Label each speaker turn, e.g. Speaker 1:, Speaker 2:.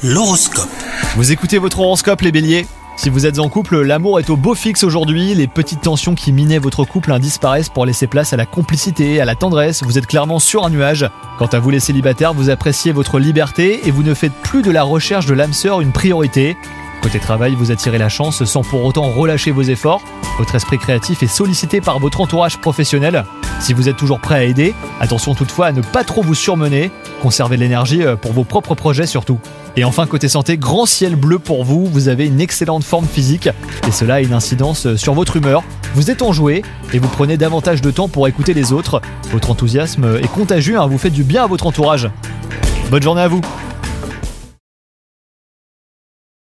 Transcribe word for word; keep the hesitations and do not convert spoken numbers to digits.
Speaker 1: L'horoscope.
Speaker 2: Vous écoutez votre horoscope les béliers ? Si vous êtes en couple, l'amour est au beau fixe aujourd'hui, les petites tensions qui minaient votre couple hein, disparaissent pour laisser place à la complicité, à la tendresse, vous êtes clairement sur un nuage. Quant à vous les célibataires, vous appréciez votre liberté et vous ne faites plus de la recherche de l'âme sœur une priorité. Côté travail, vous attirez la chance sans pour autant relâcher vos efforts. Votre esprit créatif est sollicité par votre entourage professionnel. Si vous êtes toujours prêt à aider, attention toutefois à ne pas trop vous surmener. Conservez de l'énergie pour vos propres projets surtout. Et enfin côté santé, grand ciel bleu pour vous, vous avez une excellente forme physique et cela a une incidence sur votre humeur. Vous êtes enjoué et vous prenez davantage de temps pour écouter les autres. Votre enthousiasme est contagieux, hein, vous faites du bien à votre entourage. Bonne journée à vous.